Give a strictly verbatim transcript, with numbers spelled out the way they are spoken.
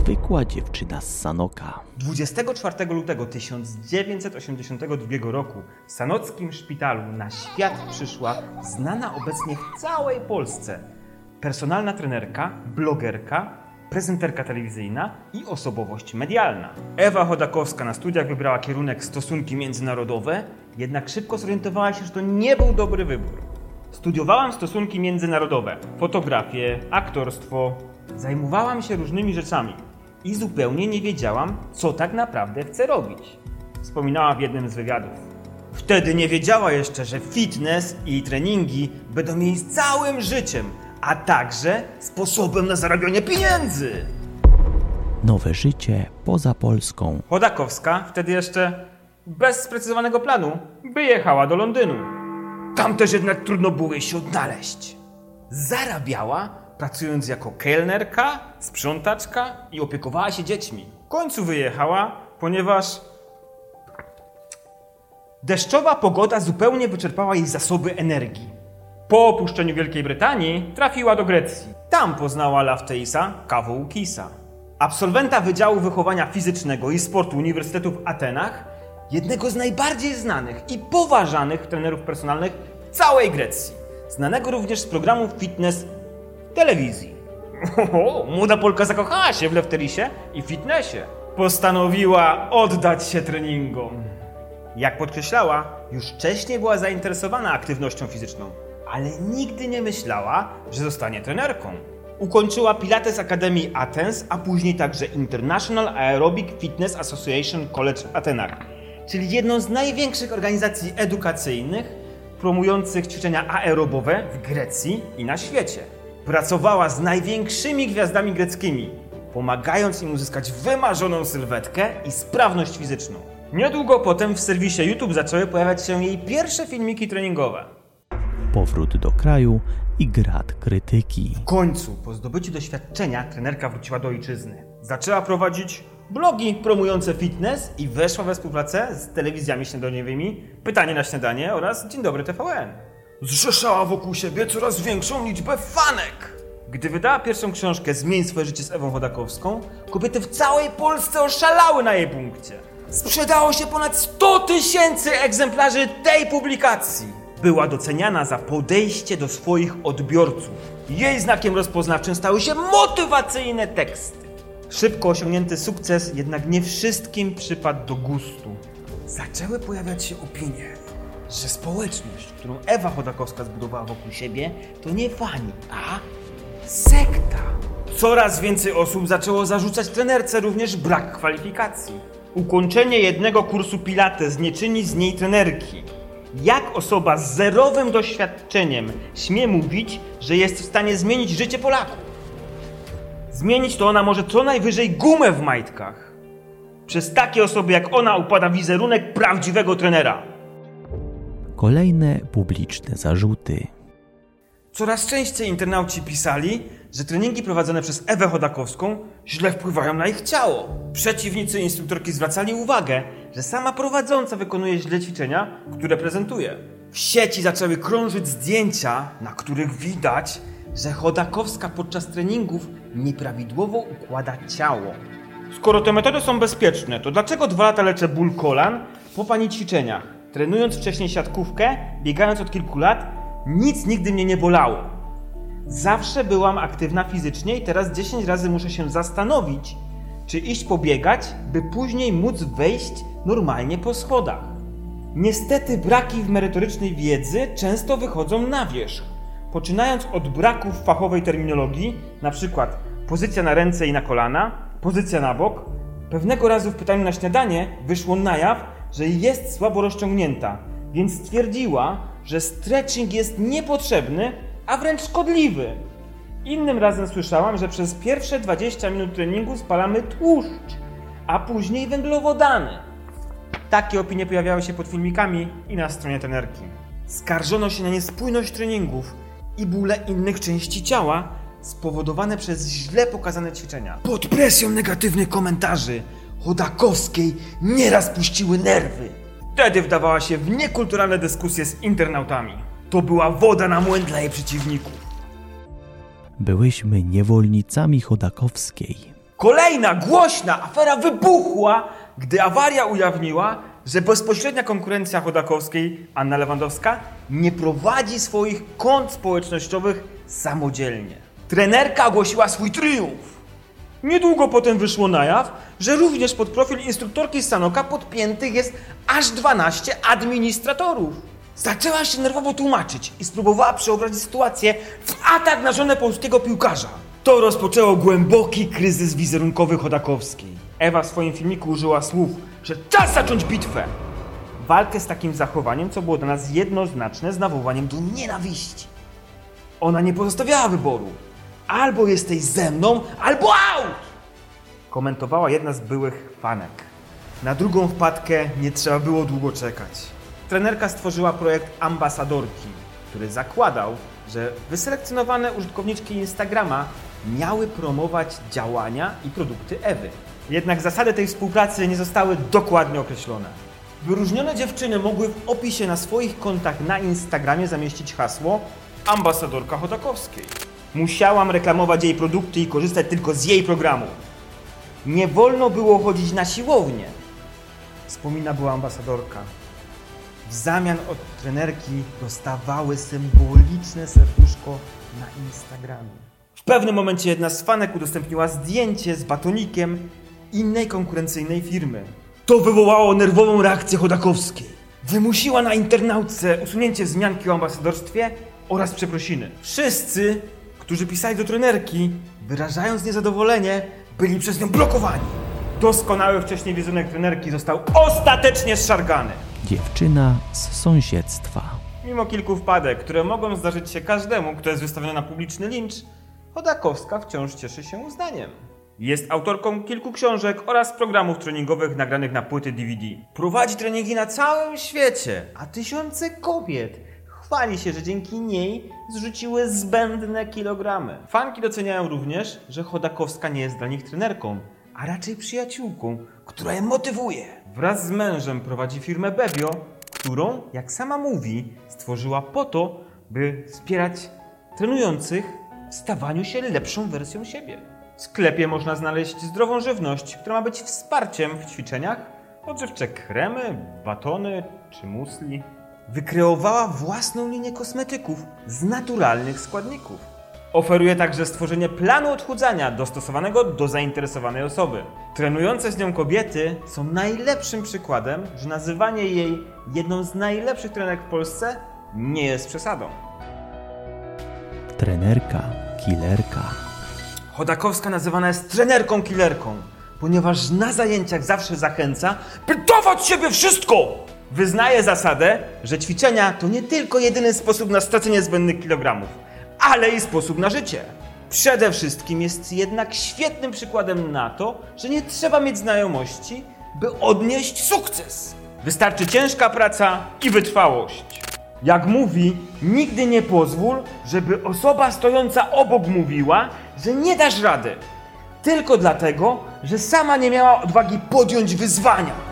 zwykła dziewczyna z Sanoka. dwudziestego czwartego lutego tysiąc dziewięćset osiemdziesiątego drugiego roku w sanockim szpitalu na świat przyszła znana obecnie w całej Polsce personalna trenerka, blogerka, prezenterka telewizyjna i osobowość medialna. Ewa Chodakowska na studiach wybrała kierunek stosunki międzynarodowe, jednak szybko zorientowała się, że to nie był dobry wybór. Studiowałam stosunki międzynarodowe, fotografię, aktorstwo. Zajmowałam się różnymi rzeczami i zupełnie nie wiedziałam, co tak naprawdę chcę robić. Wspominała w jednym z wywiadów. Wtedy nie wiedziała jeszcze, że fitness i treningi będą jej całym życiem, a także sposobem na zarabianie pieniędzy. Nowe życie poza Polską. Chodakowska wtedy jeszcze bez sprecyzowanego planu wyjechała do Londynu. Tam też jednak trudno było jej się odnaleźć. Zarabiała, pracując jako kelnerka, sprzątaczka i opiekowała się dziećmi. W końcu wyjechała, ponieważ deszczowa pogoda zupełnie wyczerpała jej zasoby energii. Po opuszczeniu Wielkiej Brytanii trafiła do Grecji. Tam poznała Lafteisa Kavoukisa, absolwenta Wydziału Wychowania Fizycznego i Sportu Uniwersytetu w Atenach, jednego z najbardziej znanych i poważanych trenerów personalnych w całej Grecji. Znanego również z programu fitness w telewizji. Oho, młoda Polka zakochała się w Lefterisie i fitnessie. Postanowiła oddać się treningom. Jak podkreślała, już wcześniej była zainteresowana aktywnością fizyczną, ale nigdy nie myślała, że zostanie trenerką. Ukończyła Pilates Akademii Athens, a później także International Aerobic Fitness Association College w Atenach, czyli jedną z największych organizacji edukacyjnych promujących ćwiczenia aerobowe w Grecji i na świecie. Pracowała z największymi gwiazdami greckimi, pomagając im uzyskać wymarzoną sylwetkę i sprawność fizyczną. Niedługo potem w serwisie YouTube zaczęły pojawiać się jej pierwsze filmiki treningowe. Powrót do kraju i grad krytyki. W końcu, po zdobyciu doświadczenia, trenerka wróciła do ojczyzny. Zaczęła prowadzić blogi promujące fitness i weszła we współpracę z telewizjami śniadaniowymi Pytanie na śniadanie oraz Dzień dobry T V N. Zrzeszała wokół siebie coraz większą liczbę fanek. Gdy wydała pierwszą książkę Zmień swoje życie z Ewą Chodakowską, kobiety w całej Polsce oszalały na jej punkcie. Sprzedało się ponad sto tysięcy egzemplarzy tej publikacji. Była doceniana za podejście do swoich odbiorców. Jej znakiem rozpoznawczym stały się motywacyjne teksty. Szybko osiągnięty sukces jednak nie wszystkim przypadł do gustu. Zaczęły pojawiać się opinie, że społeczność, którą Ewa Chodakowska zbudowała wokół siebie, to nie fani, a sekta. Coraz więcej osób zaczęło zarzucać trenerce również brak kwalifikacji. Ukończenie jednego kursu Pilates nie czyni z niej trenerki. Jak osoba z zerowym doświadczeniem śmie mówić, że jest w stanie zmienić życie Polaków? Zmienić to ona może co najwyżej gumę w majtkach. Przez takie osoby jak ona upada wizerunek prawdziwego trenera. Kolejne publiczne zarzuty. Coraz częściej internauci pisali, że treningi prowadzone przez Ewę Chodakowską źle wpływają na ich ciało. Przeciwnicy instruktorki zwracali uwagę, że sama prowadząca wykonuje źle ćwiczenia, które prezentuje. W sieci zaczęły krążyć zdjęcia, na których widać, że Chodakowska podczas treningów nieprawidłowo układa ciało. Skoro te metody są bezpieczne, to dlaczego dwa lata leczę ból kolan po pani ćwiczeniach? Trenując wcześniej siatkówkę, biegając od kilku lat, nic nigdy mnie nie bolało. Zawsze byłam aktywna fizycznie i teraz dziesięć razy muszę się zastanowić, czy iść pobiegać, by później móc wejść normalnie po schodach. Niestety braki w merytorycznej wiedzy często wychodzą na wierzch. Poczynając od braków fachowej terminologii, na przykład pozycja na ręce i na kolana, pozycja na bok, pewnego razu w pytaniu na śniadanie wyszło na jaw, że jest słabo rozciągnięta, więc stwierdziła, że stretching jest niepotrzebny, a wręcz szkodliwy. Innym razem słyszałam, że przez pierwsze dwadzieścia minut treningu spalamy tłuszcz, a później węglowodany. Takie opinie pojawiały się pod filmikami i na stronie trenerki. Skarżono się na niespójność treningów i bóle innych części ciała spowodowane przez źle pokazane ćwiczenia. Pod presją negatywnych komentarzy Chodakowskiej nieraz puściły nerwy. Wtedy wdawała się w niekulturalne dyskusje z internautami. To była woda na młyn dla jej przeciwników. Byłyśmy niewolnicami Chodakowskiej. Kolejna głośna afera wybuchła, gdy awaria ujawniła, że bezpośrednia konkurencja Chodakowskiej, Anna Lewandowska, nie prowadzi swoich kont społecznościowych samodzielnie. Trenerka ogłosiła swój triumf. Niedługo potem wyszło na jaw, że również pod profil instruktorki z Sanoka podpiętych jest aż dwanaście administratorów. Zaczęła się nerwowo tłumaczyć i spróbowała przeobrazić sytuację w atak na żonę polskiego piłkarza. To rozpoczęło głęboki kryzys wizerunkowy Chodakowskiej. Ewa w swoim filmiku użyła słów, że czas zacząć bitwę. Walkę z takim zachowaniem, co było dla nas jednoznaczne z nawoływaniem do nienawiści. Ona nie pozostawiała wyboru. Albo jesteś ze mną, albo out! Komentowała jedna z byłych fanek. Na drugą wpadkę nie trzeba było długo czekać. Trenerka stworzyła projekt Ambasadorki, który zakładał, że wyselekcjonowane użytkowniczki Instagrama miały promować działania i produkty Ewy. Jednak zasady tej współpracy nie zostały dokładnie określone. Wyróżnione dziewczyny mogły w opisie na swoich kontach na Instagramie zamieścić hasło Ambasadorka Chodakowskiej. Musiałam reklamować jej produkty i korzystać tylko z jej programu. Nie wolno było chodzić na siłownię, wspomina była ambasadorka. W zamian od trenerki dostawały symboliczne serduszko na Instagramie. W pewnym momencie jedna z fanek udostępniła zdjęcie z batonikiem innej konkurencyjnej firmy. To wywołało nerwową reakcję Chodakowskiej. Wymusiła na internautce usunięcie wzmianki o ambasadorstwie oraz przeprosiny. Wszyscy, którzy pisali do trenerki, wyrażając niezadowolenie, byli przez nią blokowani. Doskonały wcześniej wizerunek trenerki został ostatecznie zszargany. Dziewczyna z sąsiedztwa. Mimo kilku wpadek, które mogą zdarzyć się każdemu, kto jest wystawiony na publiczny lincz, Chodakowska wciąż cieszy się uznaniem. Jest autorką kilku książek oraz programów treningowych nagranych na płyty D V D. Prowadzi treningi na całym świecie, a tysiące kobiet chwali się, że dzięki niej zrzuciły zbędne kilogramy. Fanki doceniają również, że Chodakowska nie jest dla nich trenerką, a raczej przyjaciółką, która je motywuje. Wraz z mężem prowadzi firmę Bebio, którą, jak sama mówi, stworzyła po to, by wspierać trenujących w stawaniu się lepszą wersją siebie. W sklepie można znaleźć zdrową żywność, która ma być wsparciem w ćwiczeniach, odżywcze kremy, batony czy musli. Wykreowała własną linię kosmetyków z naturalnych składników. Oferuje także stworzenie planu odchudzania dostosowanego do zainteresowanej osoby. Trenujące z nią kobiety są najlepszym przykładem, że nazywanie jej jedną z najlepszych trenerek w Polsce nie jest przesadą. Trenerka, killerka. Chodakowska nazywana jest trenerką killerką, ponieważ na zajęciach zawsze zachęca, by dawać z siebie wszystko! Wyznaje zasadę, że ćwiczenia to nie tylko jedyny sposób na stracenie zbędnych kilogramów, ale i sposób na życie. Przede wszystkim jest jednak świetnym przykładem na to, że nie trzeba mieć znajomości, by odnieść sukces. Wystarczy ciężka praca i wytrwałość. Jak mówi, nigdy nie pozwól, żeby osoba stojąca obok mówiła, że nie dasz rady. Tylko dlatego, że sama nie miała odwagi podjąć wyzwania.